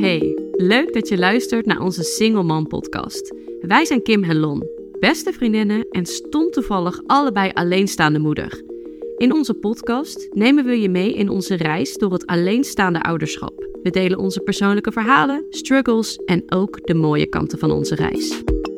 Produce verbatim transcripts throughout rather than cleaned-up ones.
Hey, leuk dat je luistert naar onze Single Mom podcast. Wij zijn Kim en Lon, beste vriendinnen en stom toevallig allebei alleenstaande moeder. In onze podcast nemen we je mee in onze reis door het alleenstaande ouderschap. We delen onze persoonlijke verhalen, struggles en ook de mooie kanten van onze reis.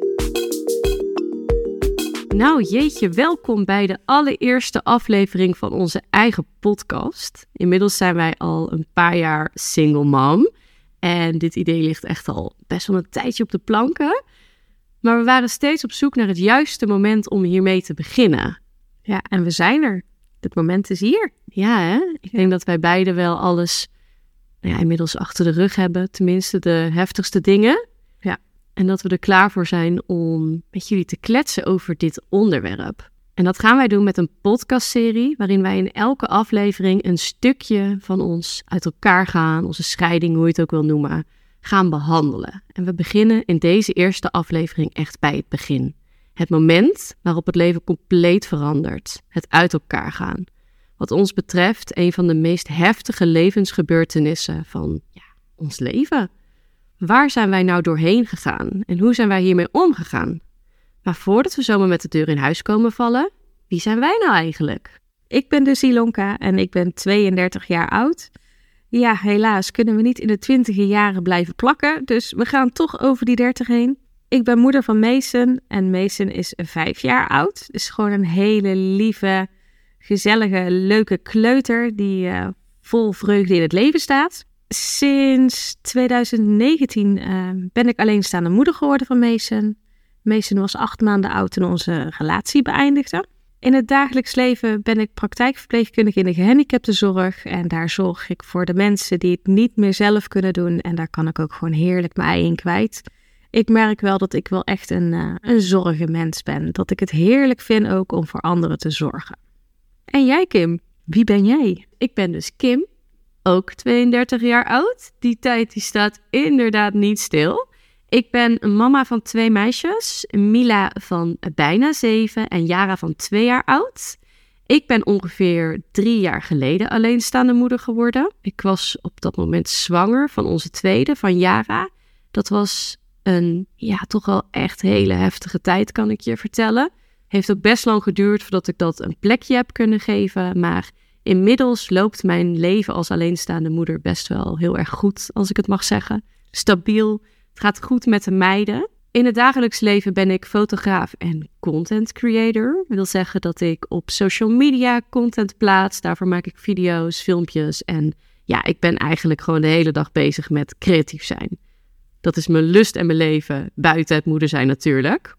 Nou jeetje, welkom bij de allereerste aflevering van onze eigen podcast. Inmiddels zijn wij al een paar jaar single mom. En dit idee ligt echt al best wel een tijdje op de planken. Maar we waren steeds op zoek naar het juiste moment om hiermee te beginnen. Ja, en we zijn er. Het moment is hier. Ja, hè? Ik denk dat wij beiden wel alles nou ja, inmiddels achter de rug hebben. Tenminste, de heftigste dingen. Ja. En dat we er klaar voor zijn om met jullie te kletsen over dit onderwerp. En dat gaan wij doen met een podcastserie waarin wij in elke aflevering een stukje van ons uit elkaar gaan, onze scheiding, hoe je het ook wil noemen, gaan behandelen. En we beginnen in deze eerste aflevering echt bij het begin. Het moment waarop het leven compleet verandert. Het uit elkaar gaan. Wat ons betreft een van de meest heftige levensgebeurtenissen van ja, ons leven. Waar zijn wij nou doorheen gegaan en hoe zijn wij hiermee omgegaan? Maar voordat we zomaar met de deur in huis komen vallen, wie zijn wij nou eigenlijk? Ik ben dus Ilonka en ik ben tweeëndertig jaar oud. Ja, helaas kunnen we niet in de twintiger jaren blijven plakken, dus we gaan toch over die dertig heen. Ik ben moeder van Mason en Mason is vijf jaar oud. Dus gewoon een hele lieve, gezellige, leuke kleuter die uh, vol vreugde in het leven staat. Sinds twintig negentien uh, ben ik alleenstaande moeder geworden van Mason. Mason was acht maanden oud toen onze relatie beëindigde. In het dagelijks leven ben ik praktijkverpleegkundige in de gehandicaptenzorg. En daar zorg ik voor de mensen die het niet meer zelf kunnen doen. En daar kan ik ook gewoon heerlijk mijn ei in kwijt. Ik merk wel dat ik wel echt een, uh, een zorgenmens ben. Dat ik het heerlijk vind ook om voor anderen te zorgen. En jij, Kim? Wie ben jij? Ik ben dus Kim, ook tweeëndertig jaar oud. Die tijd die staat inderdaad niet stil. Ik ben een mama van twee meisjes. Mila van bijna zeven en Yara van twee jaar oud. Ik ben ongeveer drie jaar geleden alleenstaande moeder geworden. Ik was op dat moment zwanger van onze tweede, van Yara. Dat was een, ja, toch wel echt hele heftige tijd, kan ik je vertellen. Heeft ook best lang geduurd voordat ik dat een plekje heb kunnen geven. Maar inmiddels loopt mijn leven als alleenstaande moeder best wel heel erg goed, als ik het mag zeggen. Stabiel. Het gaat goed met de meiden. In het dagelijks leven ben ik fotograaf en content creator. Dat wil zeggen dat ik op social media content plaats. Daarvoor maak ik video's, filmpjes. En ja, ik ben eigenlijk gewoon de hele dag bezig met creatief zijn. Dat is mijn lust en mijn leven, buiten het moeder zijn natuurlijk.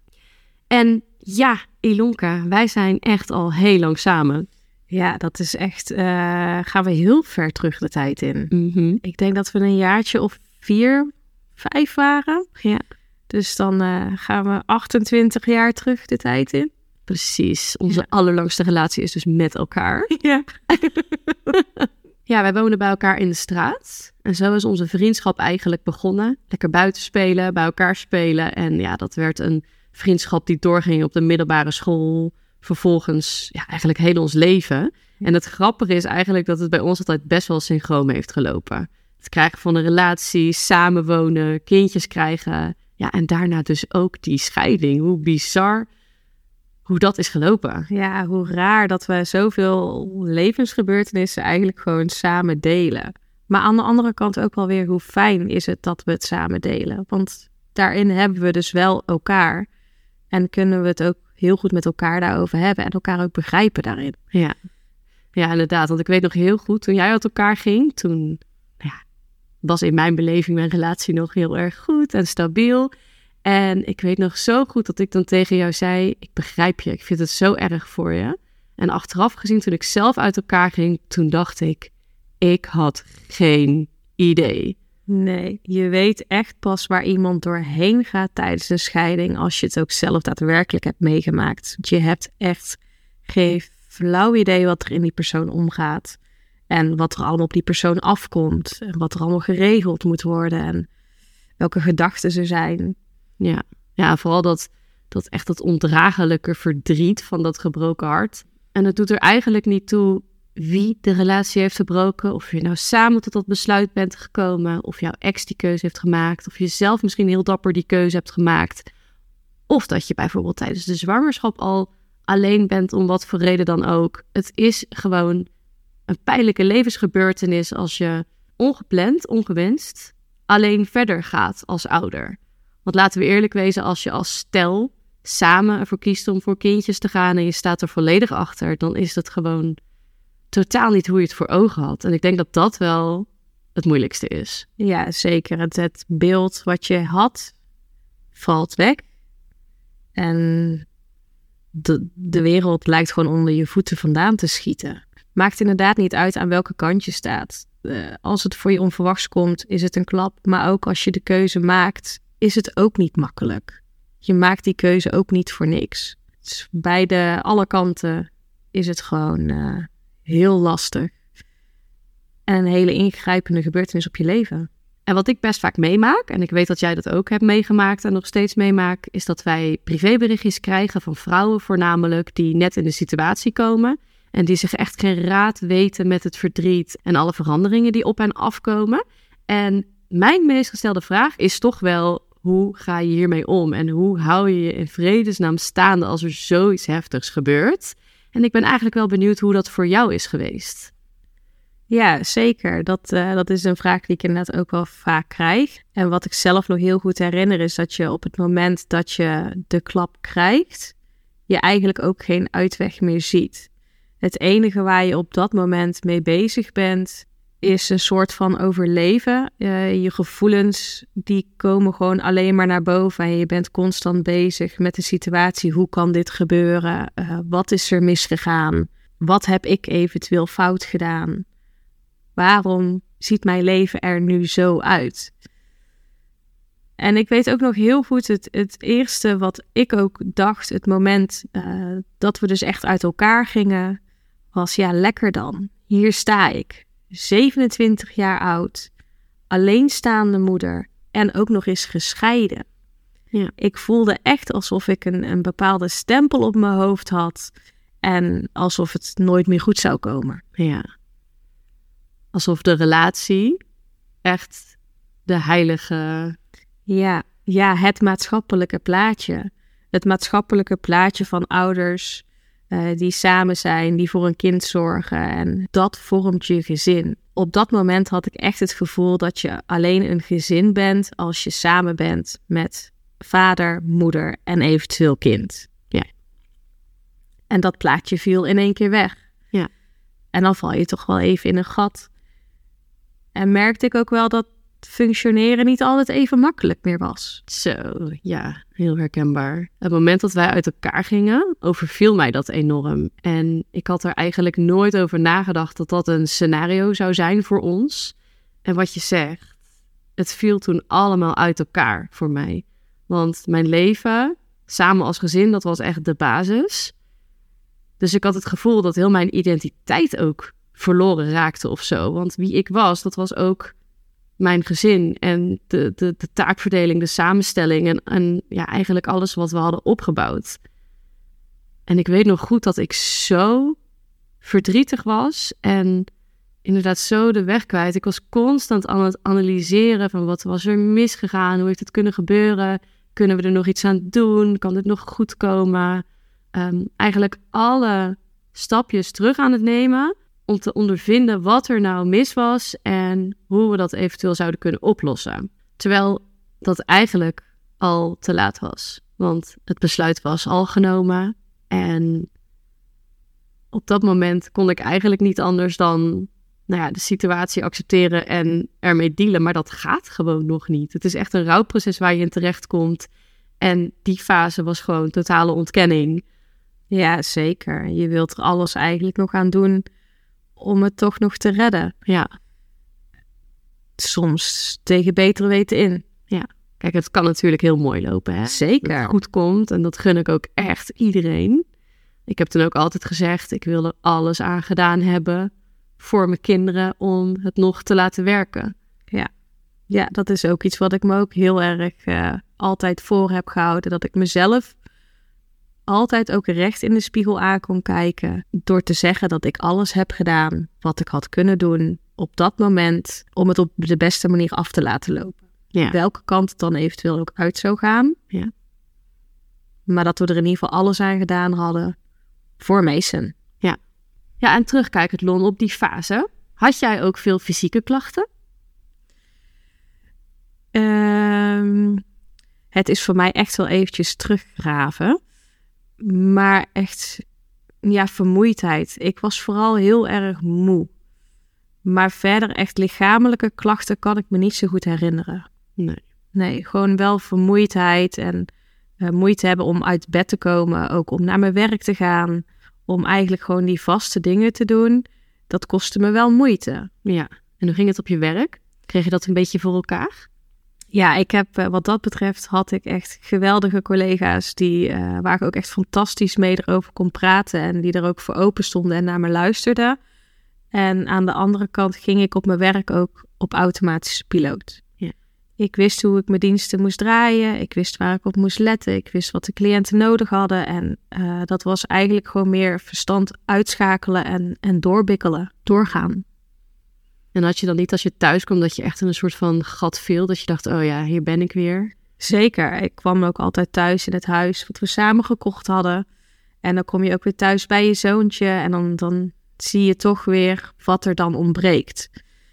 En ja, Ilonka, wij zijn echt al heel lang samen. Ja, dat is echt, uh, gaan we heel ver terug de tijd in. Mm-hmm. Ik denk dat we een jaartje of vier, vijf waren. Ja. Dus dan uh, gaan we achtentwintig jaar terug de tijd in. Precies, onze Ja. allerlangste relatie is dus met elkaar. Ja. Ja, wij wonen bij elkaar in de straat. En zo is onze vriendschap eigenlijk begonnen. Lekker buiten spelen, bij elkaar spelen. En ja, dat werd een vriendschap die doorging op de middelbare school. Vervolgens ja, eigenlijk heel ons leven. En het grappige is eigenlijk dat het bij ons altijd best wel synchroon heeft gelopen. Het krijgen van een relatie, samenwonen, kindjes krijgen. Ja, en daarna dus ook die scheiding. Hoe bizar hoe dat is gelopen. Ja, hoe raar dat we zoveel levensgebeurtenissen eigenlijk gewoon samen delen. Maar aan de andere kant ook wel weer hoe fijn is het dat we het samen delen. Want daarin hebben we dus wel elkaar. En kunnen we het ook heel goed met elkaar daarover hebben. En elkaar ook begrijpen daarin. Ja, ja inderdaad. Want ik weet nog heel goed, toen jij uit elkaar ging, toen ja, was in mijn beleving mijn relatie nog heel erg goed en stabiel. En ik weet nog zo goed dat ik dan tegen jou zei, ik begrijp je, ik vind het zo erg voor je. En achteraf gezien, toen ik zelf uit elkaar ging, toen dacht ik, ik had geen idee. Nee, je weet echt pas waar iemand doorheen gaat tijdens een scheiding als je het ook zelf daadwerkelijk hebt meegemaakt. Want je hebt echt geen flauw idee wat er in die persoon omgaat. En wat er allemaal op die persoon afkomt. En wat er allemaal geregeld moet worden. En welke gedachten er zijn. Ja, ja vooral dat, dat echt dat ondraaglijke verdriet van dat gebroken hart. En het doet er eigenlijk niet toe wie de relatie heeft verbroken. Of je nou samen tot dat besluit bent gekomen. Of jouw ex die keuze heeft gemaakt. Of je zelf misschien heel dapper die keuze hebt gemaakt. Of dat je bijvoorbeeld tijdens de zwangerschap al alleen bent om wat voor reden dan ook. Het is gewoon een pijnlijke levensgebeurtenis als je ongepland, ongewenst, alleen verder gaat als ouder. Want laten we eerlijk wezen, als je als stel samen ervoor kiest om voor kindjes te gaan en je staat er volledig achter, dan is dat gewoon totaal niet hoe je het voor ogen had. En ik denk dat dat wel het moeilijkste is. Ja, zeker. Het, het beeld wat je had, valt weg. En de, de wereld lijkt gewoon onder je voeten vandaan te schieten. Maakt inderdaad niet uit aan welke kant je staat. Uh, als het voor je onverwachts komt, is het een klap. Maar ook als je de keuze maakt, is het ook niet makkelijk. Je maakt die keuze ook niet voor niks. Dus bij de alle kanten is het gewoon uh, heel lastig. En een hele ingrijpende gebeurtenis op je leven. En wat ik best vaak meemaak, en ik weet dat jij dat ook hebt meegemaakt en nog steeds meemaakt, is dat wij privéberichtjes krijgen van vrouwen voornamelijk die net in de situatie komen en die zich echt geen raad weten met het verdriet en alle veranderingen die op hen afkomen. En mijn meest gestelde vraag is toch wel, hoe ga je hiermee om? En hoe hou je je in vredesnaam staande als er zoiets heftigs gebeurt? En ik ben eigenlijk wel benieuwd hoe dat voor jou is geweest. Ja, zeker. Dat, uh, dat is een vraag die ik inderdaad ook wel vaak krijg. En wat ik zelf nog heel goed herinner is dat je op het moment dat je de klap krijgt, je eigenlijk ook geen uitweg meer ziet. Het enige waar je op dat moment mee bezig bent, is een soort van overleven. Uh, je gevoelens, die komen gewoon alleen maar naar boven. En je bent constant bezig met de situatie. Hoe kan dit gebeuren? Uh, wat is er misgegaan? Wat heb ik eventueel fout gedaan? Waarom ziet mijn leven er nu zo uit? En ik weet ook nog heel goed het, het eerste wat ik ook dacht, het moment uh, dat we dus echt uit elkaar gingen, was ja, lekker dan. Hier sta ik, zevenentwintig jaar oud, alleenstaande moeder en ook nog eens gescheiden. Ja. Ik voelde echt alsof ik een, een bepaalde stempel op mijn hoofd had en alsof het nooit meer goed zou komen. Ja. Alsof de relatie echt de heilige... Ja, ja, het maatschappelijke plaatje. Het maatschappelijke plaatje van ouders uh, die samen zijn, die voor een kind zorgen. En dat vormt je gezin. Op dat moment had ik echt het gevoel dat je alleen een gezin bent als je samen bent met vader, moeder en eventueel kind. Ja. En dat plaatje viel in één keer weg. Ja. En dan val je toch wel even in een gat. En merkte ik ook wel dat functioneren niet altijd even makkelijk meer was. Zo, ja, heel herkenbaar. Het moment dat wij uit elkaar gingen, overviel mij dat enorm. En ik had er eigenlijk nooit over nagedacht dat dat een scenario zou zijn voor ons. En wat je zegt, het viel toen allemaal uit elkaar voor mij. Want mijn leven, samen als gezin, dat was echt de basis. Dus ik had het gevoel dat heel mijn identiteit ook verloren raakte of zo. Want wie ik was, dat was ook mijn gezin en de, de, de taakverdeling, de samenstelling en, en ja, eigenlijk alles wat we hadden opgebouwd. En ik weet nog goed dat ik zo verdrietig was en inderdaad zo de weg kwijt. Ik was constant aan het analyseren van wat was er misgegaan, hoe heeft het kunnen gebeuren, kunnen we er nog iets aan doen, kan dit nog goed komen? Um, eigenlijk alle stapjes terug aan het nemen om te ondervinden wat er nou mis was en hoe we dat eventueel zouden kunnen oplossen. Terwijl dat eigenlijk al te laat was. Want het besluit was al genomen en op dat moment kon ik eigenlijk niet anders dan nou ja, de situatie accepteren en ermee dealen. Maar dat gaat gewoon nog niet. Het is echt een rouwproces waar je in terecht komt. En die fase was gewoon totale ontkenning. Ja, zeker. Je wilt er alles eigenlijk nog aan doen om het toch nog te redden. Ja. Soms tegen beter weten in. Ja. Kijk, het kan natuurlijk heel mooi lopen, hè? Zeker. Dat het goed komt en dat gun ik ook echt iedereen. Ik heb toen ook altijd gezegd, ik wil er alles aan gedaan hebben voor mijn kinderen om het nog te laten werken. Ja, ja, dat is ook iets wat ik me ook heel erg uh, altijd voor heb gehouden. Dat ik mezelf altijd ook recht in de spiegel aan kon kijken. Door te zeggen dat ik alles heb gedaan wat ik had kunnen doen op dat moment. Om het op de beste manier af te laten lopen. Ja. Welke kant het dan eventueel ook uit zou gaan. Ja. Maar dat we er in ieder geval alles aan gedaan hadden voor Mason. Ja, ja en terugkijkend, Lon, op die fase. Had jij ook veel fysieke klachten? Um, het is voor mij echt wel eventjes teruggraven. Maar echt, ja, vermoeidheid. Ik was vooral heel erg moe. Maar verder echt lichamelijke klachten kan ik me niet zo goed herinneren. Nee. Nee, gewoon wel vermoeidheid en uh, moeite hebben om uit bed te komen. Ook om naar mijn werk te gaan. Om eigenlijk gewoon die vaste dingen te doen. Dat kostte me wel moeite. Ja, en hoe ging het op je werk? Kreeg je dat een beetje voor elkaar? Ja, ik heb wat dat betreft had ik echt geweldige collega's die, uh, waar ik ook echt fantastisch mee erover kon praten en die er ook voor open stonden en naar me luisterden. En aan de andere kant ging ik op mijn werk ook op automatische piloot. Ja. Ik wist hoe ik mijn diensten moest draaien, ik wist waar ik op moest letten, ik wist wat de cliënten nodig hadden en uh, dat was eigenlijk gewoon meer verstand uitschakelen en, en doorbikkelen, doorgaan. En had je dan niet als je thuis kwam dat je echt in een soort van gat viel? Dat je dacht, oh ja, hier ben ik weer. Zeker. Ik kwam ook altijd thuis in het huis wat we samen gekocht hadden. En dan kom je ook weer thuis bij je zoontje. En dan, dan zie je toch weer wat er dan ontbreekt.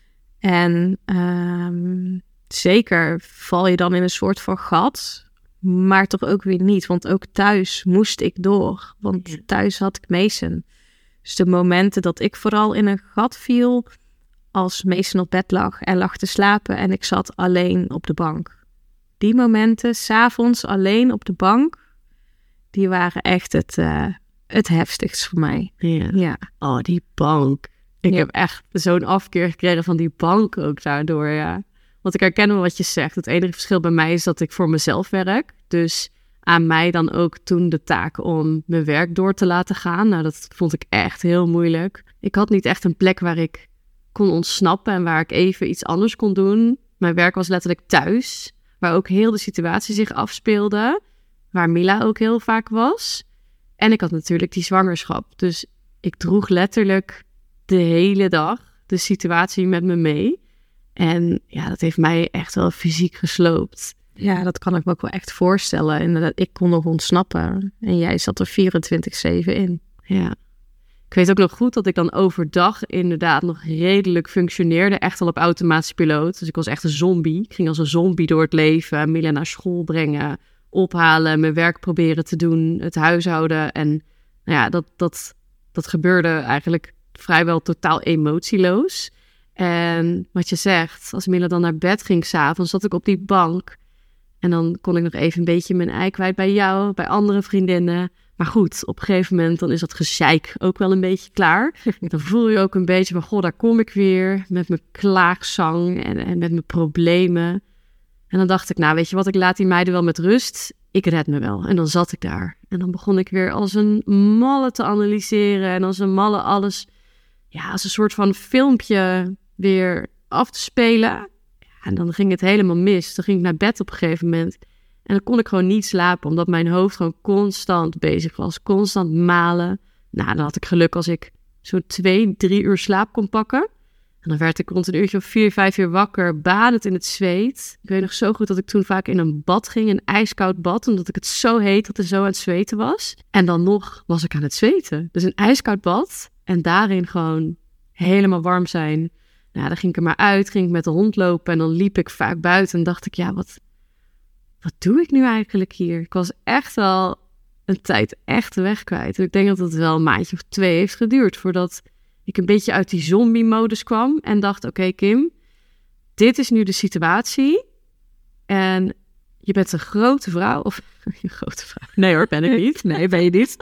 En um, zeker val je dan in een soort van gat. Maar toch ook weer niet. Want ook thuis moest ik door. Want thuis had ik Mason. Dus de momenten dat ik vooral in een gat viel, als Mason op bed lag en lag te slapen en ik zat alleen op de bank. Die momenten, 's avonds alleen op de bank, die waren echt het, uh, het heftigst voor mij. Ja. Ja. Oh, die bank. Ik Ja. heb echt zo'n afkeer gekregen van die bank ook daardoor, ja. Want ik herken wel wat je zegt. Het enige verschil bij mij is dat ik voor mezelf werk. Dus aan mij dan ook toen de taak om mijn werk door te laten gaan. Nou, dat vond ik echt heel moeilijk. Ik had niet echt een plek waar ik kon ontsnappen en waar ik even iets anders kon doen. Mijn werk was letterlijk thuis, waar ook heel de situatie zich afspeelde, waar Mila ook heel vaak was. En ik had natuurlijk die zwangerschap. Dus ik droeg letterlijk de hele dag de situatie met me mee. En ja, dat heeft mij echt wel fysiek gesloopt. Ja, dat kan ik me ook wel echt voorstellen. Inderdaad, ik kon nog ontsnappen en jij zat er vierentwintig zeven in. Ja. Ik weet ook nog goed dat ik dan overdag inderdaad nog redelijk functioneerde. Echt al op automatische piloot. Dus ik was echt een zombie. Ik ging als een zombie door het leven. Mila naar school brengen, ophalen, mijn werk proberen te doen, het huishouden. En nou ja, dat, dat, dat gebeurde eigenlijk vrijwel totaal emotieloos. En wat je zegt, als Mila dan naar bed ging 's avonds, zat ik op die bank. En dan kon ik nog even een beetje mijn ei kwijt bij jou, bij andere vriendinnen. Maar goed, op een gegeven moment dan is dat gezeik ook wel een beetje klaar. Dan voel je ook een beetje van, goh, daar kom ik weer met mijn klaagzang en, en met mijn problemen. En dan dacht ik, nou weet je wat, ik laat die meiden wel met rust. Ik red me wel. En dan zat ik daar. En dan begon ik weer als een malle te analyseren. En als een malle alles, ja, als een soort van filmpje weer af te spelen. Ja, en dan ging het helemaal mis. Dan ging ik naar bed op een gegeven moment. En dan kon ik gewoon niet slapen, omdat mijn hoofd gewoon constant bezig was. Constant malen. Nou, dan had ik geluk als ik zo'n twee, drie uur slaap kon pakken. En dan werd ik rond een uurtje of vier, vijf uur wakker, badend in het zweet. Ik weet nog zo goed dat ik toen vaak in een bad ging, een ijskoud bad, omdat ik het zo heet dat er zo aan het zweten was. En dan nog was ik aan het zweten. Dus een ijskoud bad en daarin gewoon helemaal warm zijn. Nou, dan ging ik er maar uit, ging ik met de hond lopen en dan liep ik vaak buiten en dacht ik, ja, wat... Wat doe ik nu eigenlijk hier? Ik was echt wel een tijd echt de weg kwijt. Ik denk dat het wel een maandje of twee heeft geduurd voordat ik een beetje uit die zombie-modus kwam en dacht, oké, okay, Kim, dit is nu de situatie en je bent een grote vrouw. Of een grote vrouw? Nee hoor, ben ik niet. Nee, ben je niet.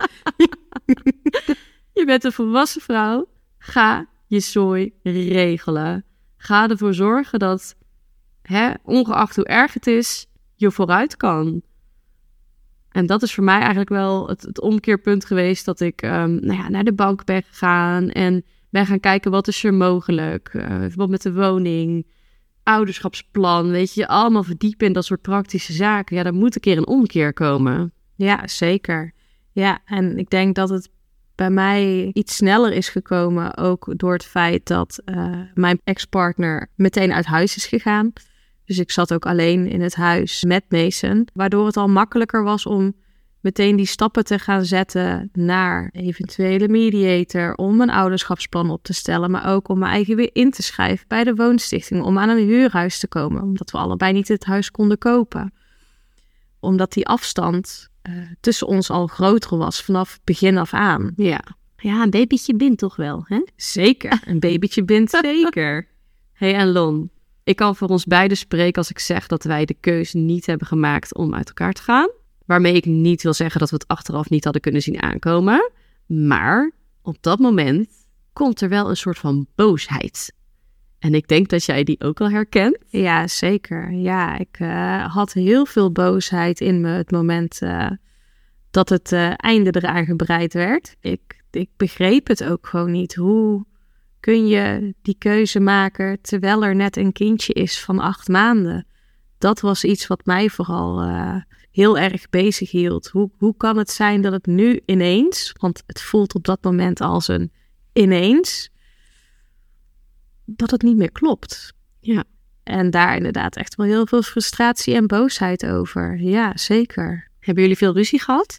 Je bent een volwassen vrouw. Ga je zooi regelen. Ga ervoor zorgen dat, hè, ongeacht hoe erg het is, je vooruit kan. En dat is voor mij eigenlijk wel het, het omkeerpunt geweest dat ik um, nou ja, naar de bank ben gegaan en ben gaan kijken wat is er mogelijk. Uh, wat met de woning, ouderschapsplan, weet je, allemaal verdiepen in dat soort praktische zaken. Ja, daar moet een keer een omkeer komen. Ja, zeker. Ja, en ik denk dat het bij mij iets sneller is gekomen, ook door het feit dat uh, mijn ex-partner meteen uit huis is gegaan. Dus ik zat ook alleen in het huis met Mason, waardoor het al makkelijker was om meteen die stappen te gaan zetten naar eventuele mediator, om een ouderschapsplan op te stellen, maar ook om me eigen weer in te schrijven bij de woonstichting, om aan een huurhuis te komen, omdat we allebei niet het huis konden kopen. Omdat die afstand uh, tussen ons al groter was vanaf begin af aan. Ja, ja, een babytje bindt toch wel, hè? Zeker, een babytje bindt zeker. Hey, en Lon, ik kan voor ons beiden spreken als ik zeg dat wij de keuze niet hebben gemaakt om uit elkaar te gaan. Waarmee ik niet wil zeggen dat we het achteraf niet hadden kunnen zien aankomen. Maar op dat moment komt er wel een soort van boosheid. En ik denk dat jij die ook al herkent. Ja, zeker. Ja, ik uh, had heel veel boosheid in me het moment uh, dat het uh, einde eraan gebreid werd. Ik, ik begreep het ook gewoon niet. Hoe kun je die keuze maken terwijl er net een kindje is van acht maanden? Dat was iets wat mij vooral uh, heel erg bezig hield. Hoe, hoe kan het zijn dat het nu ineens, want het voelt op dat moment als een ineens, dat het niet meer klopt. Ja. En daar inderdaad echt wel heel veel frustratie en boosheid over. Ja, zeker. Hebben jullie veel ruzie gehad?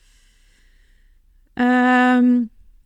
Um,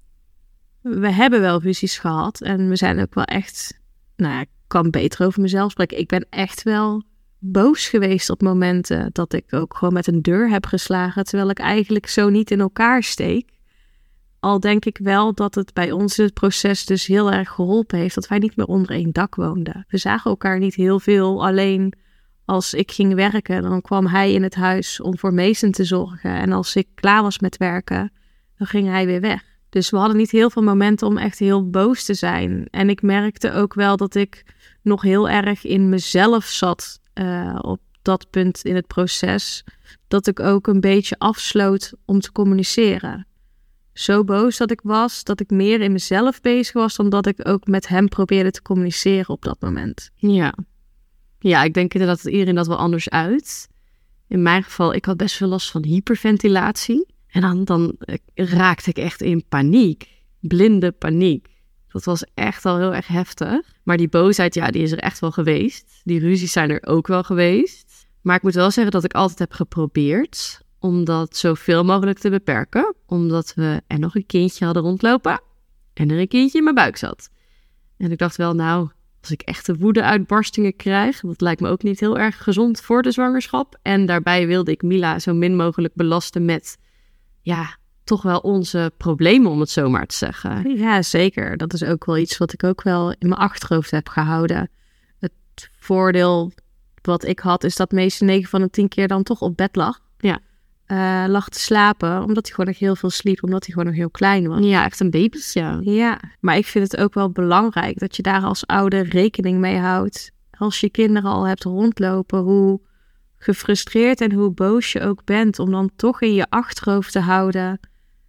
we hebben wel ruzies gehad. En we zijn ook wel echt, nou ja, ik kan beter over mezelf spreken. Ik ben echt wel boos geweest op momenten dat ik ook gewoon met een deur heb geslagen, terwijl ik eigenlijk zo niet in elkaar steek. Al denk ik wel dat het bij ons het proces dus heel erg geholpen heeft dat wij niet meer onder één dak woonden. We zagen elkaar niet heel veel, alleen als ik ging werken, dan kwam hij in het huis om voor Mason te zorgen. En als ik klaar was met werken, dan ging hij weer weg. Dus we hadden niet heel veel momenten om echt heel boos te zijn. En ik merkte ook wel dat ik nog heel erg in mezelf zat uh, op dat punt in het proces. Dat ik ook een beetje afsloot om te communiceren. Zo boos dat ik was, dat ik meer in mezelf bezig was dan dat ik ook met hem probeerde te communiceren op dat moment. Ja, ja, ik denk inderdaad dat iedereen dat wel anders uit. In mijn geval, ik had best veel last van hyperventilatie. En dan, dan raakte ik echt in paniek. Blinde paniek. Dat was echt al heel erg heftig. Maar die boosheid, ja, die is er echt wel geweest. Die ruzies zijn er ook wel geweest. Maar ik moet wel zeggen dat ik altijd heb geprobeerd om dat zoveel mogelijk te beperken. Omdat we er nog een kindje hadden rondlopen en er een kindje in mijn buik zat. En ik dacht wel, nou, als ik echte woede-uitbarstingen krijg, dat lijkt me ook niet heel erg gezond voor de zwangerschap. En daarbij wilde ik Mila zo min mogelijk belasten met, ja, toch wel onze problemen, om het zo maar te zeggen. Ja, zeker. Dat is ook wel iets wat ik ook wel in mijn achterhoofd heb gehouden. Het voordeel wat ik had, is dat meestal negen van de tien keer dan toch op bed lag. Ja. Uh, lag te slapen, omdat hij gewoon nog heel veel sliep, omdat hij gewoon nog heel klein was. Ja, echt een babytje. Ja, maar ik vind het ook wel belangrijk dat je daar als ouder rekening mee houdt. Als je kinderen al hebt rondlopen, hoe gefrustreerd en hoe boos je ook bent, om dan toch in je achterhoofd te houden,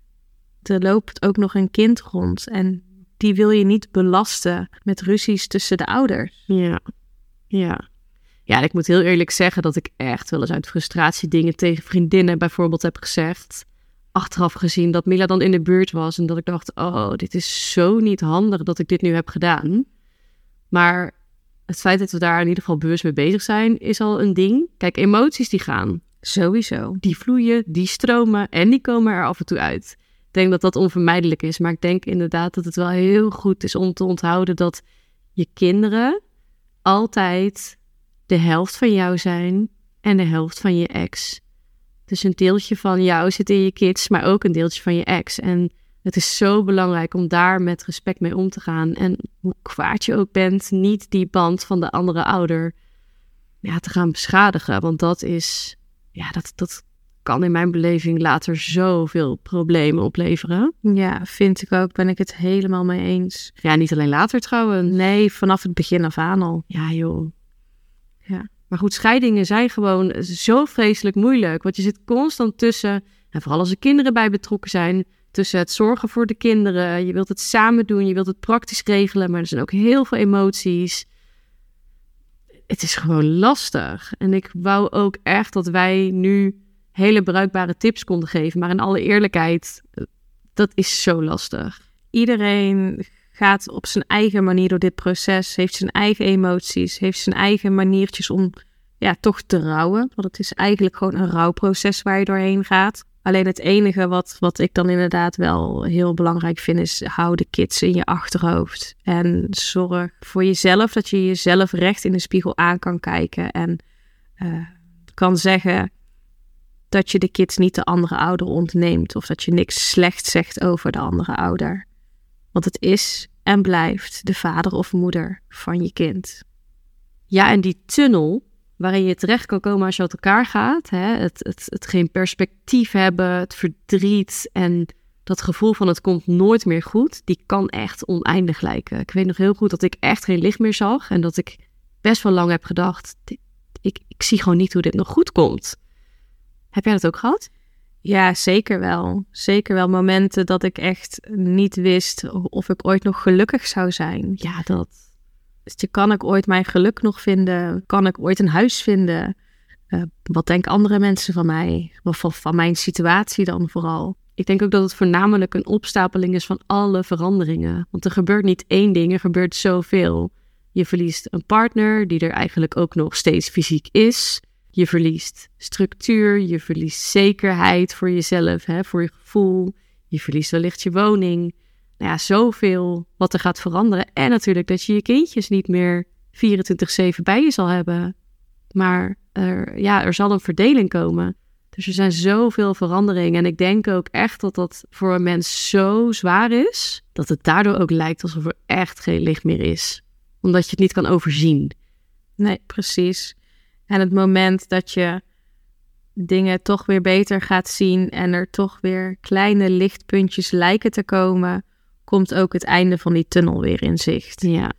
er loopt ook nog een kind rond en die wil je niet belasten met ruzies tussen de ouders. Ja, ja. Ja, en ik moet heel eerlijk zeggen dat ik echt wel eens uit frustratie dingen tegen vriendinnen bijvoorbeeld heb gezegd. Achteraf gezien dat Mila dan in de buurt was en dat ik dacht, oh, dit is zo niet handig dat ik dit nu heb gedaan. Maar het feit dat we daar in ieder geval bewust mee bezig zijn, is al een ding. Kijk, emoties die gaan. Sowieso. Die vloeien, die stromen en die komen er af en toe uit. Ik denk dat dat onvermijdelijk is, maar ik denk inderdaad dat het wel heel goed is om te onthouden dat je kinderen altijd de helft van jou zijn en de helft van je ex. Dus een deeltje van jou zit in je kids, maar ook een deeltje van je ex. En het is zo belangrijk om daar met respect mee om te gaan. En hoe kwaad je ook bent, niet die band van de andere ouder ja, te gaan beschadigen. Want dat is, ja, dat, dat kan in mijn beleving later zoveel problemen opleveren. Ja, vind ik ook. Ben ik het helemaal mee eens. Ja, niet alleen later trouwens. Nee, vanaf het begin af aan al. Ja, joh. Ja. Maar goed, scheidingen zijn gewoon zo vreselijk moeilijk. Want je zit constant tussen, en vooral als er kinderen bij betrokken zijn, tussen het zorgen voor de kinderen. Je wilt het samen doen, je wilt het praktisch regelen, maar er zijn ook heel veel emoties. Het is gewoon lastig. En ik wou ook echt dat wij nu hele bruikbare tips konden geven. Maar in alle eerlijkheid, dat is zo lastig. Iedereen gaat op zijn eigen manier door dit proces, heeft zijn eigen emoties, heeft zijn eigen maniertjes om ja, toch te rouwen. Want het is eigenlijk gewoon een rouwproces waar je doorheen gaat. Alleen het enige wat, wat ik dan inderdaad wel heel belangrijk vind is, hou de kids in je achterhoofd. En zorg voor jezelf dat je jezelf recht in de spiegel aan kan kijken. En uh, kan zeggen dat je de kids niet de andere ouder ontneemt. Of dat je niks slecht zegt over de andere ouder. Want het is en blijft de vader of moeder van je kind. Ja, en die tunnel waarin je terecht kan komen als je uit elkaar gaat. Hè? Het, het, het geen perspectief hebben, het verdriet en dat gevoel van het komt nooit meer goed. Die kan echt oneindig lijken. Ik weet nog heel goed dat ik echt geen licht meer zag. En dat ik best wel lang heb gedacht, dit, ik, ik zie gewoon niet hoe dit nog goed komt. Heb jij dat ook gehad? Ja, zeker wel. Zeker wel momenten dat ik echt niet wist of ik ooit nog gelukkig zou zijn. Ja, dat... Dus kan ik ooit mijn geluk nog vinden? Kan ik ooit een huis vinden? Uh, wat denken andere mensen van mij? Of van, van mijn situatie dan vooral? Ik denk ook dat het voornamelijk een opstapeling is van alle veranderingen. Want er gebeurt niet één ding, er gebeurt zoveel. Je verliest een partner die er eigenlijk ook nog steeds fysiek is. Je verliest structuur, je verliest zekerheid voor jezelf, hè, voor je gevoel. Je verliest wellicht je woning. Nou ja, zoveel wat er gaat veranderen. En natuurlijk dat je je kindjes niet meer vierentwintig zeven bij je zal hebben. Maar er, ja, er zal een verdeling komen. Dus er zijn zoveel veranderingen. En ik denk ook echt dat dat voor een mens zo zwaar is, dat het daardoor ook lijkt alsof er echt geen licht meer is. Omdat je het niet kan overzien. Nee, precies. En het moment dat je dingen toch weer beter gaat zien en er toch weer kleine lichtpuntjes lijken te komen, komt ook het einde van die tunnel weer in zicht. Ja.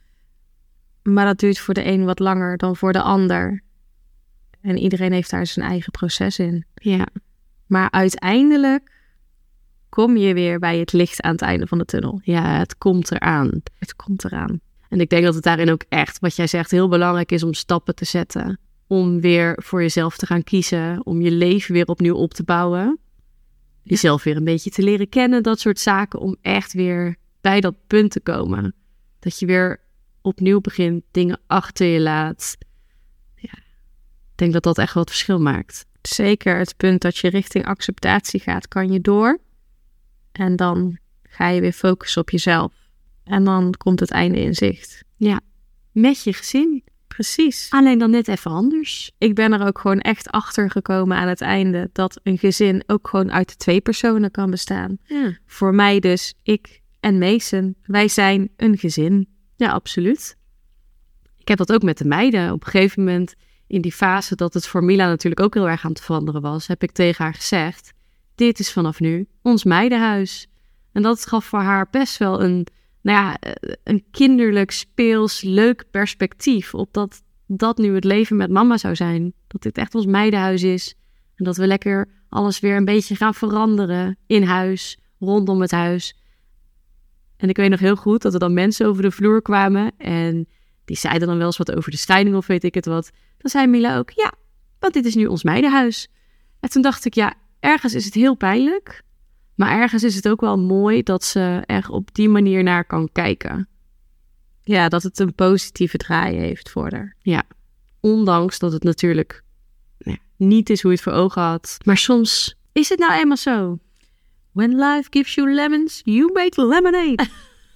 Maar dat duurt voor de een wat langer dan voor de ander. En iedereen heeft daar zijn eigen proces in. Ja. Maar uiteindelijk kom je weer bij het licht aan het einde van de tunnel. Ja, het komt eraan. Het komt eraan. En ik denk dat het daarin ook echt, wat jij zegt, heel belangrijk is om stappen te zetten. Om weer voor jezelf te gaan kiezen. Om je leven weer opnieuw op te bouwen. Jezelf weer een beetje te leren kennen. Dat soort zaken. Om echt weer bij dat punt te komen. Dat je weer opnieuw begint. Dingen achter je laat. Ja, ik denk dat dat echt wel het verschil maakt. Zeker het punt dat je richting acceptatie gaat, kan je door. En dan ga je weer focussen op jezelf. En dan komt het einde in zicht. Ja, met je gezin. Precies. Alleen dan net even anders. Ik ben er ook gewoon echt achter gekomen aan het einde dat een gezin ook gewoon uit twee personen kan bestaan. Ja. Voor mij dus, ik en Mason, wij zijn een gezin. Ja, absoluut. Ik heb dat ook met de meiden. Op een gegeven moment in die fase dat het voor Mila natuurlijk ook heel erg aan het veranderen was, heb ik tegen haar gezegd, dit is vanaf nu ons meidenhuis. En dat gaf voor haar best wel een, nou ja, een kinderlijk, speels, leuk perspectief op dat dat nu het leven met mama zou zijn. Dat dit echt ons meidenhuis is. En dat we lekker alles weer een beetje gaan veranderen in huis, rondom het huis. En ik weet nog heel goed dat er dan mensen over de vloer kwamen en die zeiden dan wel eens wat over de scheiding of weet ik het wat. Dan zei Mila ook, ja, want dit is nu ons meidenhuis. En toen dacht ik, ja, ergens is het heel pijnlijk. Maar ergens is het ook wel mooi dat ze er op die manier naar kan kijken. Ja, dat het een positieve draai heeft voor haar. Ja, ondanks dat het natuurlijk nou, niet is hoe je het voor ogen had. Maar soms is het nou eenmaal zo. When life gives you lemons, you make lemonade.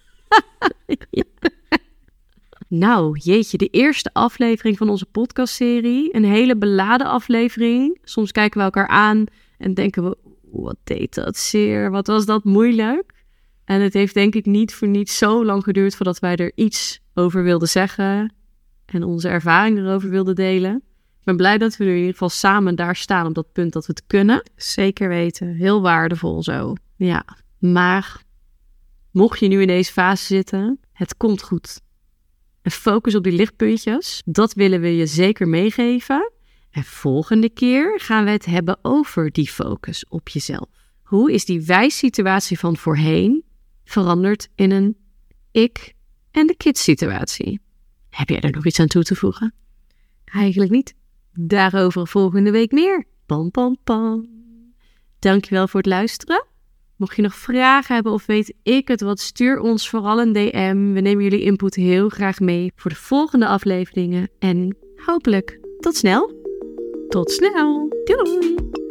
Ja. Nou, jeetje, de eerste aflevering van onze podcastserie. Een hele beladen aflevering. Soms kijken we elkaar aan en denken we, wat deed dat zeer, wat was dat moeilijk. En het heeft denk ik niet voor niets zo lang geduurd voordat wij er iets over wilden zeggen en onze ervaring erover wilden delen. Ik ben blij dat we er in ieder geval samen daar staan op dat punt dat we het kunnen. Zeker weten, heel waardevol zo. Ja, maar mocht je nu in deze fase zitten, het komt goed. En focus op die lichtpuntjes, dat willen we je zeker meegeven. En volgende keer gaan we het hebben over die focus op jezelf. Hoe is die wij-situatie van voorheen veranderd in een ik- en de kids-situatie? Heb jij er nog iets aan toe te voegen? Eigenlijk niet. Daarover volgende week meer. Pam, pam, pam. Dankjewel voor het luisteren. Mocht je nog vragen hebben of weet ik het wat, stuur ons vooral een D M. We nemen jullie input heel graag mee voor de volgende afleveringen. En hopelijk tot snel. Tot snel. Doei!